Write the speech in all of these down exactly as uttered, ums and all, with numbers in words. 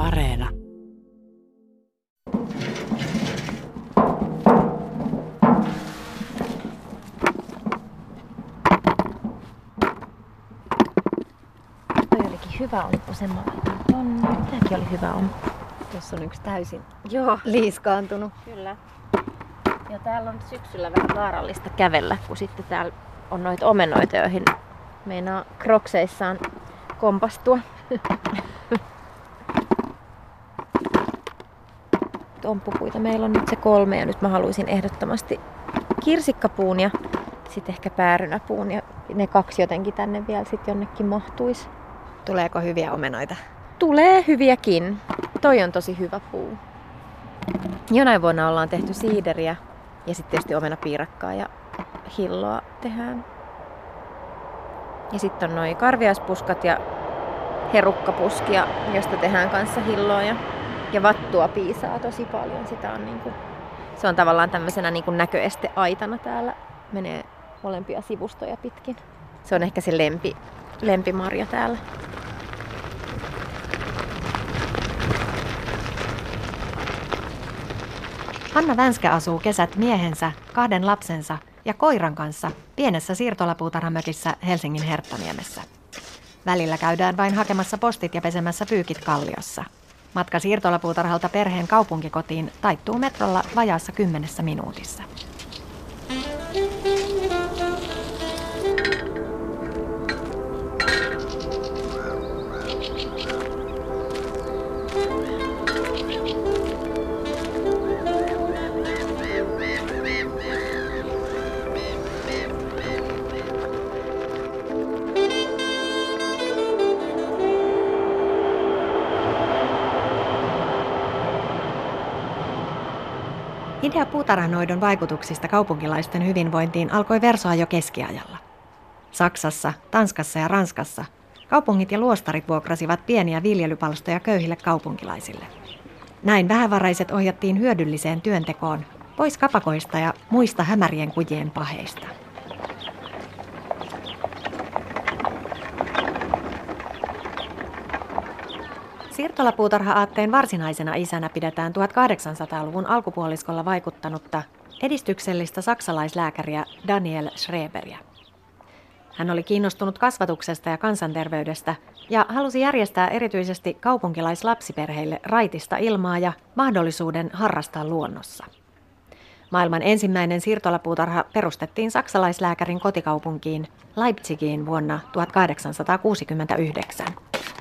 Areena. Toi olikin hyvä omppu semmoinen. On, tämäkin oli hyvä omppu. Tuossa on yksi täysin Joo, liiskaantunut. kyllä. Ja täällä on syksyllä vähän vaarallista kävellä, kun sitten täällä on noita omenoita, joihin meinaa krokseissaan kompastua. Omppupuita meillä on nyt se kolme ja nyt mä haluaisin ehdottomasti kirsikkapuun ja sitten ehkä päärynäpuun ja ne kaksi jotenkin tänne vielä sitten jonnekin mahtuisi. Tuleeko hyviä omenoita? Tulee hyviäkin. Toi on tosi hyvä puu. Jonain vuonna ollaan tehty siideriä ja sitten tietysti omenapiirakkaa ja hilloa tehdään. Ja sitten on noi karviaispuskat ja herukkapuskia, josta tehdään kanssa hilloa ja, ja vattua piisaa tosi paljon. Sitä on niinku, se on tavallaan tämmöisenä niinku näköesteaitana täällä. Menee molempia sivustoja pitkin. Se on ehkä se lempi, lempimarja täällä. Hanna Vänskä asuu kesät miehensä, kahden lapsensa ja koiran kanssa pienessä siirtolapuutarhamökissä Helsingin Herttoniemessä. Välillä käydään vain hakemassa postit ja pesemässä pyykit Kalliossa. Matka siirtolapuutarhalta perheen kaupunkikotiin taittuu metrolla vajaassa kymmenessä minuutissa. Idea puutarhanoidon vaikutuksista kaupunkilaisten hyvinvointiin alkoi versoa jo keskiajalla. Saksassa, Tanskassa ja Ranskassa kaupungit ja luostarit vuokrasivat pieniä viljelypalstoja köyhille kaupunkilaisille. Näin vähävaraiset ohjattiin hyödylliseen työntekoon, pois kapakoista ja muista hämärien kujien paheista. Siirtolapuutarha-aatteen varsinaisena isänä pidetään tuhatkahdeksansataaluvun alkupuoliskolla vaikuttanutta edistyksellistä saksalaislääkäriä Daniel Schreberia. Hän oli kiinnostunut kasvatuksesta ja kansanterveydestä ja halusi järjestää erityisesti kaupunkilaislapsiperheille raitista ilmaa ja mahdollisuuden harrastaa luonnossa. Maailman ensimmäinen siirtolapuutarha perustettiin saksalaislääkärin kotikaupunkiin Leipzigiin vuonna tuhatkahdeksansataakuusikymmentäyhdeksän.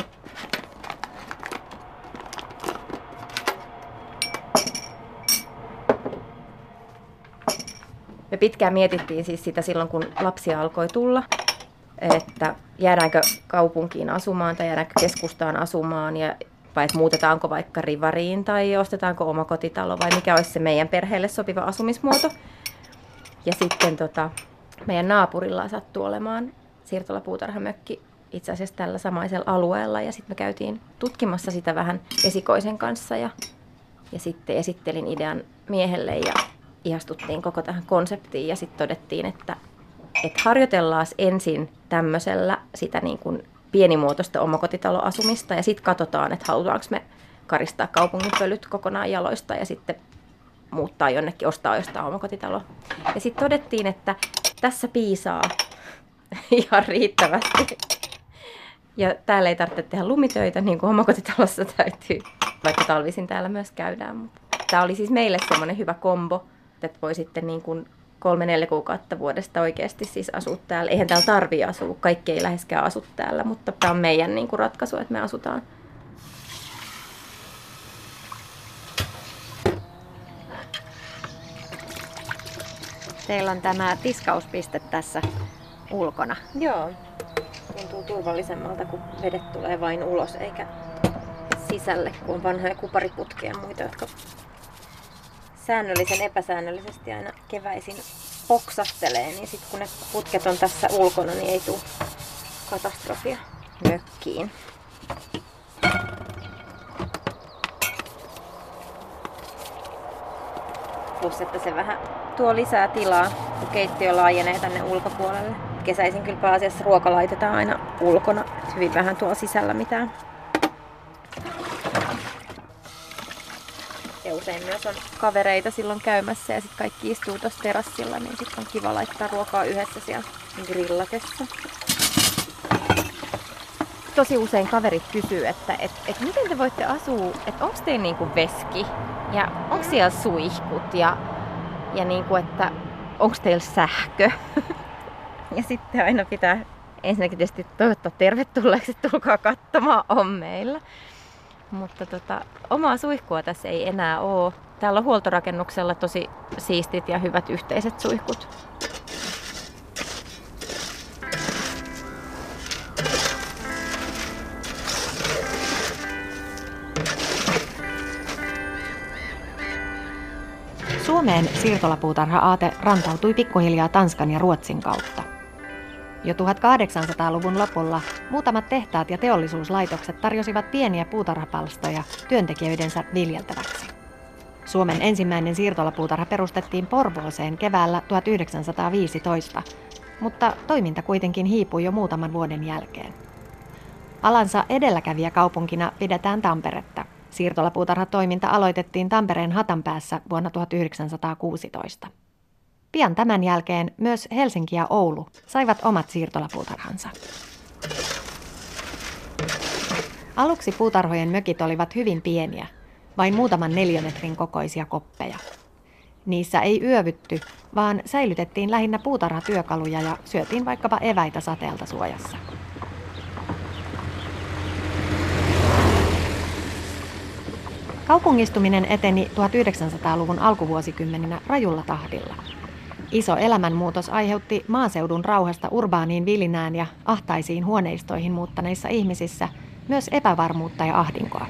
Me pitkään mietittiin siis sitä silloin, kun lapsia alkoi tulla, että jäädäänkö kaupunkiin asumaan tai jäädäänkö keskustaan asumaan ja vai että muutetaanko vaikka Rivariin tai ostetaanko omakotitalo vai mikä olisi se meidän perheelle sopiva asumismuoto. Ja sitten tota, meidän naapurilla sattui olemaan siirtolapuutarhamökki itse asiassa tällä samaisella alueella ja sitten me käytiin tutkimassa sitä vähän esikoisen kanssa ja, ja sitten esittelin idean miehelle ja ihastuttiin koko tähän konseptiin ja sitten todettiin, että, että harjoitellaan ensin tämmöisellä sitä niin kuin pienimuotoista omakotitaloasumista ja sitten katsotaan, että halutaanko me karistaa kaupungin pölyt kokonaan jaloista ja sitten muuttaa jonnekin, ostaa jostain omakotitalo. Ja sitten todettiin, että tässä piisaa ihan riittävästi. Ja täällä ei tarvitse tehdä lumitöitä niin kuin omakotitalossa täytyy, vaikka talvisin täällä myös käydään. Mutta tämä oli siis meille semmoinen hyvä kombo, että voi sitten niin kuin kolme neljä kuukautta vuodesta oikeasti siis asua täällä. Eihän täällä tarvitse asua, kaikki ei läheskään asu täällä, mutta tämä on meidän niin kuin ratkaisu, että me asutaan. Teillä on tämä tiskauspiste tässä ulkona. Joo, tuntuu turvallisemmalta, kun vedet tulee vain ulos eikä sisälle, kun on vanhoja kupariputkia ja muita, jotka säännöllisen epäsäännöllisesti aina keväisin poksahtelee, niin sitten kun ne putket on tässä ulkona, niin ei tule katastrofia mökkiin. Plus, että se vähän tuo lisää tilaa, kun keittiö laajenee tänne ulkopuolelle. Kesäisin kyllä pääasiassa ruoka laitetaan aina ulkona, hyvin vähän tuolla sisällä mitään. Ja usein myös on kavereita silloin käymässä ja sitten kaikki istuu tuossa terassilla, niin sitten on kiva laittaa ruokaa yhdessä siellä grillatessa. Tosi usein kaverit kysyy, että et, et miten te voitte asua, että onko teillä niinku veski ja onko siellä suihkut ja, ja niinku, että onko teillä sähkö. Ja sitten aina pitää ensinnäkin tietysti toivottaa tervetulleeksi, että tulkaa katsomaan, on meillä. Mutta tota, omaa suihkua tässä ei enää ole. Täällä on huoltorakennuksella tosi siistit ja hyvät yhteiset suihkut. Suomeen siirtolapuutarha-aate rantautui pikkuhiljaa Tanskan ja Ruotsin kautta. Jo tuhatkahdeksansataaluvun lopulla muutamat tehtaat ja teollisuuslaitokset tarjosivat pieniä puutarhapalstoja työntekijöidensä viljeltäväksi. Suomen ensimmäinen siirtolapuutarha perustettiin Porvooseen keväällä tuhatyhdeksänsataaviisitoista, mutta toiminta kuitenkin hiipui jo muutaman vuoden jälkeen. Alansa edelläkävijäkaupunkina pidetään Tamperetta. Siirtolapuutarhatoiminta aloitettiin Tampereen Hatanpäässä vuonna tuhatyhdeksänsataakuusitoista. Pian tämän jälkeen myös Helsinki ja Oulu saivat omat siirtolapuutarhansa. Aluksi puutarhojen mökit olivat hyvin pieniä, vain muutaman neliömetrin kokoisia koppeja. Niissä ei yövytty, vaan säilytettiin lähinnä puutarhatyökaluja ja syötiin vaikkapa eväitä sateelta suojassa. Kaupungistuminen eteni tuhatyhdeksänsataaluvun alkuvuosikymmeninä rajulla tahdilla. Iso elämänmuutos aiheutti maaseudun rauhasta urbaaniin vilinään ja ahtaisiin huoneistoihin muuttaneissa ihmisissä myös epävarmuutta ja ahdinkoa.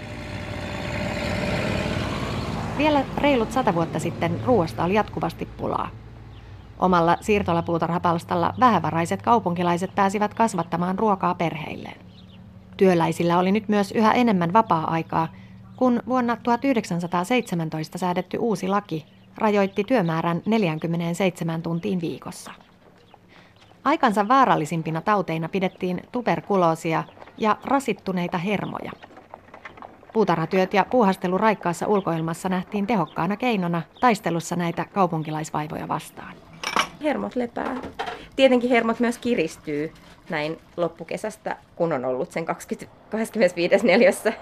Vielä reilut sata vuotta sitten ruoasta oli jatkuvasti pulaa. Omalla siirtolapuutarhapalstalla vähävaraiset kaupunkilaiset pääsivät kasvattamaan ruokaa perheilleen. Työläisillä oli nyt myös yhä enemmän vapaa-aikaa, kun vuonna tuhatyhdeksänsataaseitsemäntoista säädetty uusi laki rajoitti työmäärän neljäänkymmeneenseitsemään tuntiin viikossa. Aikansa vaarallisimpina tauteina pidettiin tuberkuloosia ja rasittuneita hermoja. Puutarhatyöt ja puuhastelu raikkaassa ulkoilmassa nähtiin tehokkaana keinona taistelussa näitä kaupunkilaisvaivoja vastaan. Hermot lepää. Tietenkin hermot myös kiristyy näin loppukesästä, kun on ollut sen kaksikymmentäviisi neljässä.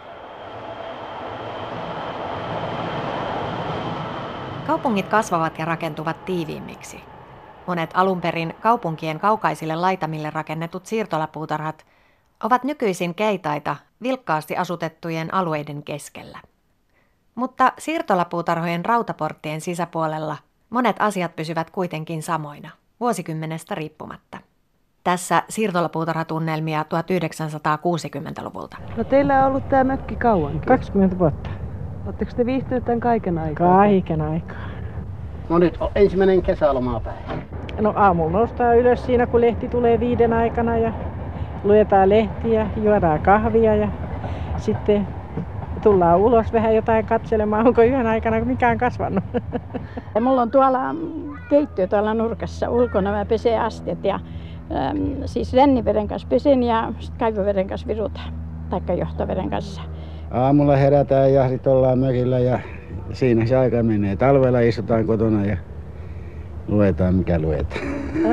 Kaupungit kasvavat ja rakentuvat tiiviimmiksi. Monet alun perin kaupunkien kaukaisille laitamille rakennetut siirtolapuutarhat ovat nykyisin keitaita vilkkaasti asutettujen alueiden keskellä. Mutta siirtolapuutarhojen rautaporttien sisäpuolella monet asiat pysyvät kuitenkin samoina, vuosikymmenestä riippumatta. Tässä siirtolapuutarhatunnelmia tuhatyhdeksänsataakuusikymmentäluvulta. No teillä on ollut tämä mökki kauankin. kaksikymmentä vuotta. Oletteko te viihtyneet tämän kaiken aikaa? Kaiken aikaa. No nyt on ensimmäinen kesälomapäivä. No aamulla noustaan ylös siinä, kun lehti tulee viiden aikana ja luetaan lehtiä, juodaan kahvia ja sitten tullaan ulos vähän jotain katselemaan, onko yhden aikana mikään kasvanut. Ja mulla on tuolla keittiö tuolla nurkassa ulkona, mä pesen astiat ja äm, siis renniveden kanssa pesen ja sit kaivoveden kanssa virutaan, taikka johtoveden kanssa. Aamulla herätään ja sitten ollaan mökillä ja siinä se aika menee. Talvella istutaan kotona ja luetaan mikä luetaan.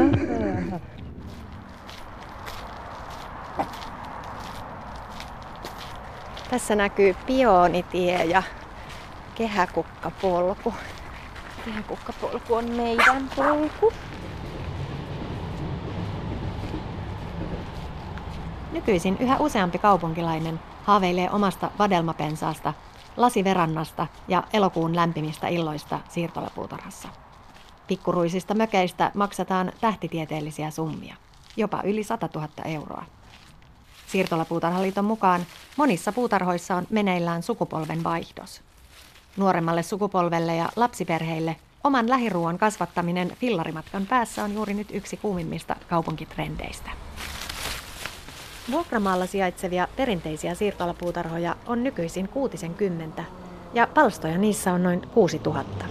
Tässä näkyy pioonitie ja kehäkukkapolku. Kehäkukkapolku on meidän polku. Nykyisin yhä useampi kaupunkilainen haaveilee omasta vadelmapensaasta, lasiverannasta ja elokuun lämpimistä illoista siirtolapuutarhassa. Pikkuruisista mökeistä maksataan tähtitieteellisiä summia, jopa yli satatuhatta euroa. Siirtolapuutarhaliiton mukaan monissa puutarhoissa on meneillään sukupolven vaihdos. Nuoremmalle sukupolvelle ja lapsiperheille oman lähiruuan kasvattaminen fillarimatkan päässä on juuri nyt yksi kuumimmista kaupunkitrendeistä. Vuokramaalla sijaitsevia perinteisiä siirtolapuutarhoja on nykyisin kuutisenkymmentä ja palstoja niissä on noin kuusituhatta.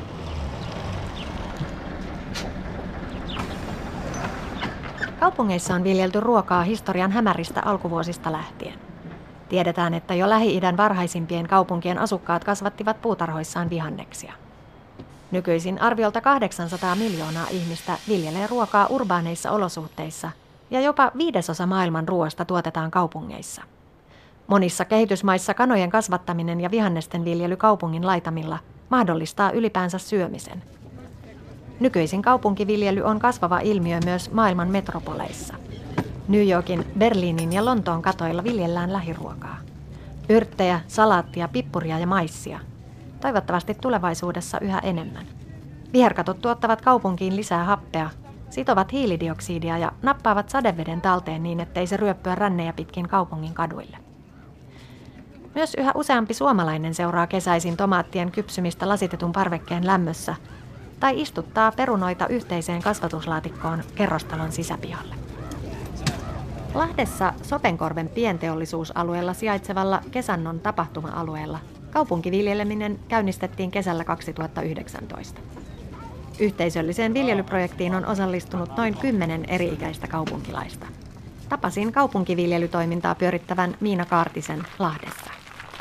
Kaupungeissa on viljelty ruokaa historian hämäristä alkuvuosista lähtien. Tiedetään, että jo Lähi-idän varhaisimpien kaupunkien asukkaat kasvattivat puutarhoissaan vihanneksia. Nykyisin arviolta kahdeksansataa miljoonaa ihmistä viljelee ruokaa urbaaneissa olosuhteissa ja jopa viidesosa maailman ruoasta tuotetaan kaupungeissa. Monissa kehitysmaissa kanojen kasvattaminen ja vihannesten viljely kaupungin laitamilla mahdollistaa ylipäänsä syömisen. Nykyisin kaupunkiviljely on kasvava ilmiö myös maailman metropoleissa. New Yorkin, Berliinin ja Lontoon katoilla viljellään lähiruokaa. Yrttejä, salaattia, pippuria ja maissia. Toivottavasti tulevaisuudessa yhä enemmän. Viherkatot tuottavat kaupunkiin lisää happea, sitovat hiilidioksidia ja nappaavat sadeveden talteen niin, ettei se ryöppyä rännejä pitkin kaupungin kaduille. Myös yhä useampi suomalainen seuraa kesäisin tomaattien kypsymistä lasitetun parvekkeen lämmössä tai istuttaa perunoita yhteiseen kasvatuslaatikkoon kerrostalon sisäpihalle. Lahdessa Sopenkorven pienteollisuusalueella sijaitsevalla Kesannon tapahtuma-alueella kaupunkiviljeleminen käynnistettiin kesällä kaksituhattayhdeksäntoista. Yhteisölliseen viljelyprojektiin on osallistunut noin kymmenen eri-ikäistä kaupunkilaista. Tapasin kaupunkiviljelytoimintaa pyörittävän Miina Kaartisen Lahdessa.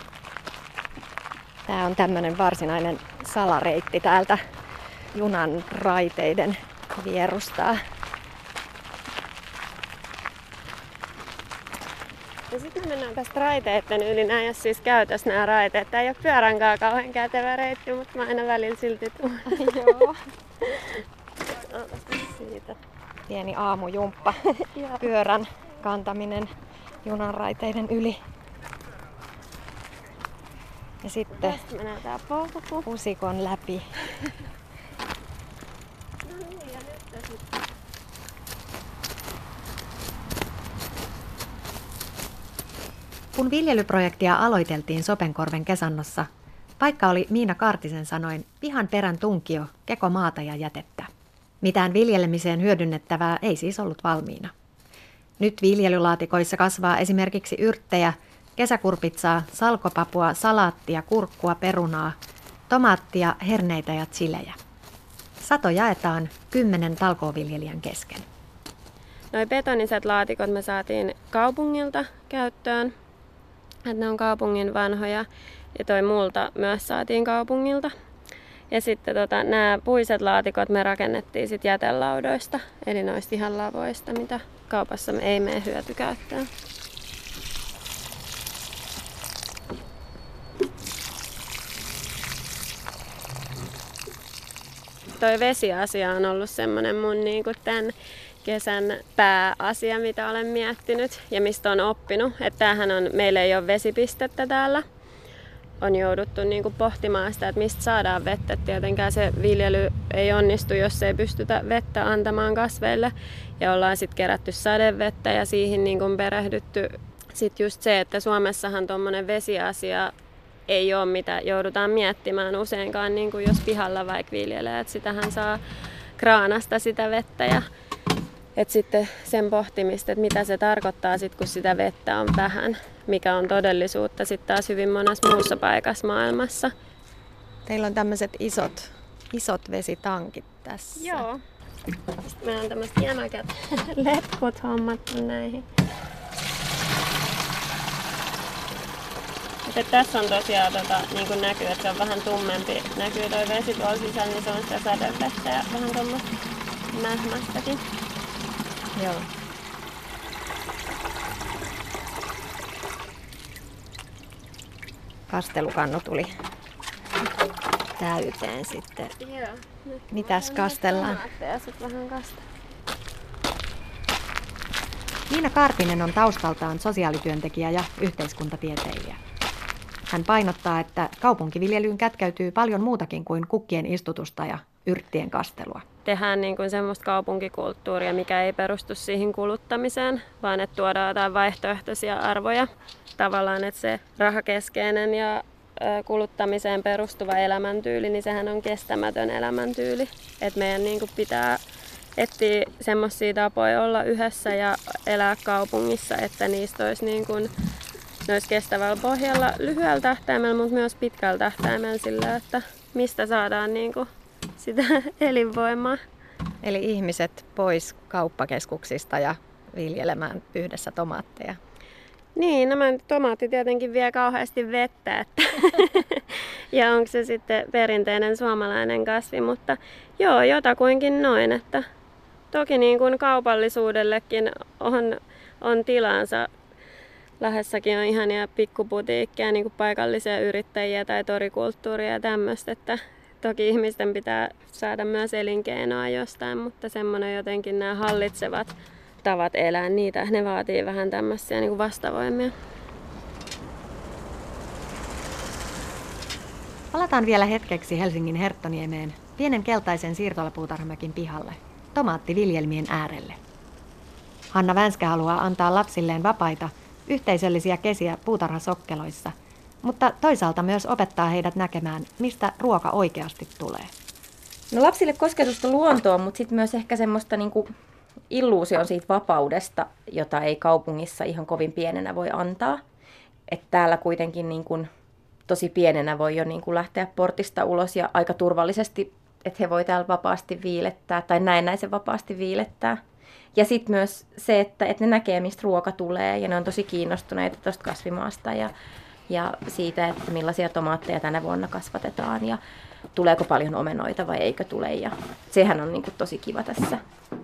Tämä on tämmöinen varsinainen salareitti täältä junan raiteiden vierustaa. Ja sitten me mennään tästä raiteiden yli. Nämä ei ole siis käytössä nämä raiteet. Tämä ei ole pyöränkaan kauhean kätevä reitti, mutta mä aina välillä silti tuun. Joo. Siitä. Pieni aamujumppa. Pyörän kantaminen junan raiteiden yli. Ja sitten Tästä menee tää polku. pusikon läpi. No niin, ja nyt sitten. Kun viljelyprojektia aloiteltiin Sopenkorven Kesannossa, paikka oli Miina Kaartisen sanoin pihan perän tunkio, keko maata ja jätettä. Mitään viljelemiseen hyödynnettävää ei siis ollut valmiina. Nyt viljelylaatikoissa kasvaa esimerkiksi yrttejä, kesäkurpitsaa, salkopapua, salaattia, kurkkua, perunaa, tomaattia, herneitä ja chilejä. Sato jaetaan kymmenen talkooviljelijän kesken. Noi betoniset laatikot me saatiin kaupungilta käyttöön. Että ne on kaupungin vanhoja ja toi multa myös saatiin kaupungilta. Ja sitten tota, nämä puiset laatikot me rakennettiin sit jätelaudoista, eli noista ihan lavoista, mitä kaupassa me ei mene hyötykäyttöön. Toi vesiasia on ollut semmoinen mun niinku tämän kesän pääasia, mitä olen miettinyt ja mistä olen oppinut. Että tämähän on, meillä ei ole vesipistettä täällä. On jouduttu niinku pohtimaan sitä, että mistä saadaan vettä. Tietenkään se viljely ei onnistu, jos ei pystytä vettä antamaan kasveille. Ja ollaan sitten kerätty sadevettä ja siihen niinku perehdytty. Sitten just se, että Suomessahan tuommoinen vesiasia ei ole mitä joudutaan miettimään useinkaan, niin kuin jos pihalla vaikka viljelee. Että sitähän saa kraanasta sitä vettä ja et sitten sen pohtimista, että mitä se tarkoittaa, sit, kun sitä vettä on vähän, mikä on todellisuutta sitten taas hyvin monessa muussa paikassa maailmassa. Teillä on tämmöiset isot, isot vesitankit tässä. Joo. Sitten meillä on tämmöiset jämäkät letkut hommattu näihin. Sitten tässä on tosiaan, tota, niin kuin näkyy, että se on vähän tummempi. Näkyy toi vesi tuolla sisällä, niin se on sitä sadevettä ja vähän tuommoista mähmästäkin. Joo. Kastelukannu tuli täyteen sitten. Joo. Mitäs kastellaan? Ja sitten vähän kasta. Miina Kaartinen on taustaltaan sosiaalityöntekijä ja yhteiskuntatieteilijä. Hän painottaa, että kaupunkiviljelyyn kätkäytyy paljon muutakin kuin kukkien istutusta ja yrttien kastelua. Tehdään niin kuin semmoista kaupunkikulttuuria, mikä ei perustu siihen kuluttamiseen, vaan että tuodaan jotain vaihtoehtoisia arvoja. Tavallaan, että se rahakeskeinen ja kuluttamiseen perustuva elämäntyyli, niin sehän on kestämätön elämäntyyli. Että meidän niin kuin pitää etsiä semmoisia tapoja olla yhdessä ja elää kaupungissa, että niistä olisi, niin kuin, ne olisi kestävällä pohjalla lyhyellä tähtäimellä, mutta myös pitkällä tähtäimellä sillä, että mistä saadaan niin kuin sitä elinvoimaa. Eli ihmiset pois kauppakeskuksista ja viljelemään yhdessä tomaatteja. Niin, nämä tomaatti tietenkin vie kauheasti vettä, että ja onko se sitten perinteinen suomalainen kasvi, mutta joo, jotakuinkin noin, että toki niin kuin kaupallisuudellekin on, on tilansa. Lahdessakin on ihania pikkuputiikkeja, niin kuin paikallisia yrittäjiä tai torikulttuuria ja tämmöistä, että toki ihmisten pitää saada myös elinkeinoa jostain, mutta semmoinen jotenkin nämä hallitsevat tavat elää, niitä ne vaatii vähän tämmöisiä niin kuin vastavoimia. Palataan vielä hetkeksi Helsingin Herttoniemeen, pienen keltaisen siirtolapuutarhamökin pihalle, tomaattiviljelmien äärelle. Hanna Vänskä haluaa antaa lapsilleen vapaita, yhteisöllisiä kesiä puutarhasokkeloissa, mutta toisaalta myös opettaa heidät näkemään, mistä ruoka oikeasti tulee. No lapsille kosketusta luontoon, mutta sitten myös ehkä semmoista niinku illuusion siitä vapaudesta, jota ei kaupungissa ihan kovin pienenä voi antaa. Että täällä kuitenkin niinku tosi pienenä voi jo niinku lähteä portista ulos ja aika turvallisesti, että he voi täällä vapaasti viilettää tai näennäisen vapaasti viilettää. Ja sitten myös se, että, että ne näkee, mistä ruoka tulee ja ne on tosi kiinnostuneita tuosta kasvimaasta ja, ja siitä, että millaisia tomaatteja tänä vuonna kasvatetaan ja tuleeko paljon omenoita vai eikö tule. Ja sehän on niin kuin tosi kiva tässä.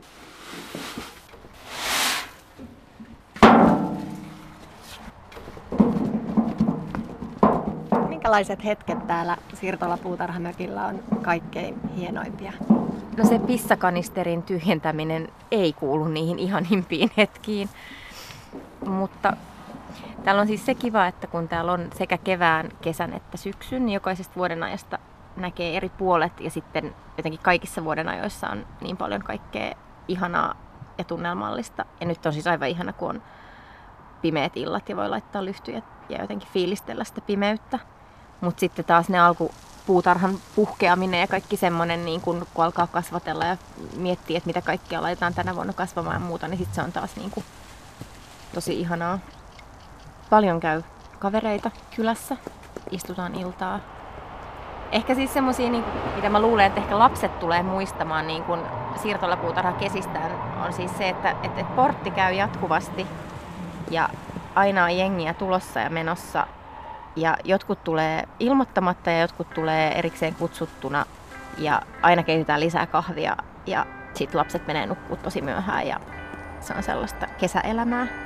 Minkälaiset hetket täällä siirtolapuutarhamökillä on kaikkein hienoimpia? No se pissakanisterin tyhjentäminen ei kuulu niihin ihanimpiin hetkiin, mutta täällä on siis se kiva, että kun täällä on sekä kevään, kesän että syksyn, niin jokaisesta vuodenajasta näkee eri puolet ja sitten jotenkin kaikissa vuodenajoissa on niin paljon kaikkea ihanaa ja tunnelmallista. Ja nyt on siis aivan ihana, kun on pimeät illat ja voi laittaa lyhtyjä ja jotenkin fiilistellä sitä pimeyttä. Mutta sitten taas ne alkupuutarhan puhkeaminen ja kaikki semmoinen, niin kun, kun alkaa kasvatella ja miettii, että mitä kaikkea laitetaan tänä vuonna kasvamaan ja muuta, niin sitten se on taas niin kun, tosi ihanaa. Paljon käy kavereita kylässä, istutaan iltaa. Ehkä siis semmosia, niin mitä mä luulen, että ehkä lapset tulee muistamaan niin kun siirtolapuutarha kesistään, on siis se, että, että, että portti käy jatkuvasti ja aina on jengiä tulossa ja menossa. Ja jotkut tulee ilmoittamatta ja jotkut tulee erikseen kutsuttuna ja aina keitetään lisää kahvia ja sitten lapset menee nukkuu tosi myöhään ja se on sellaista kesäelämää.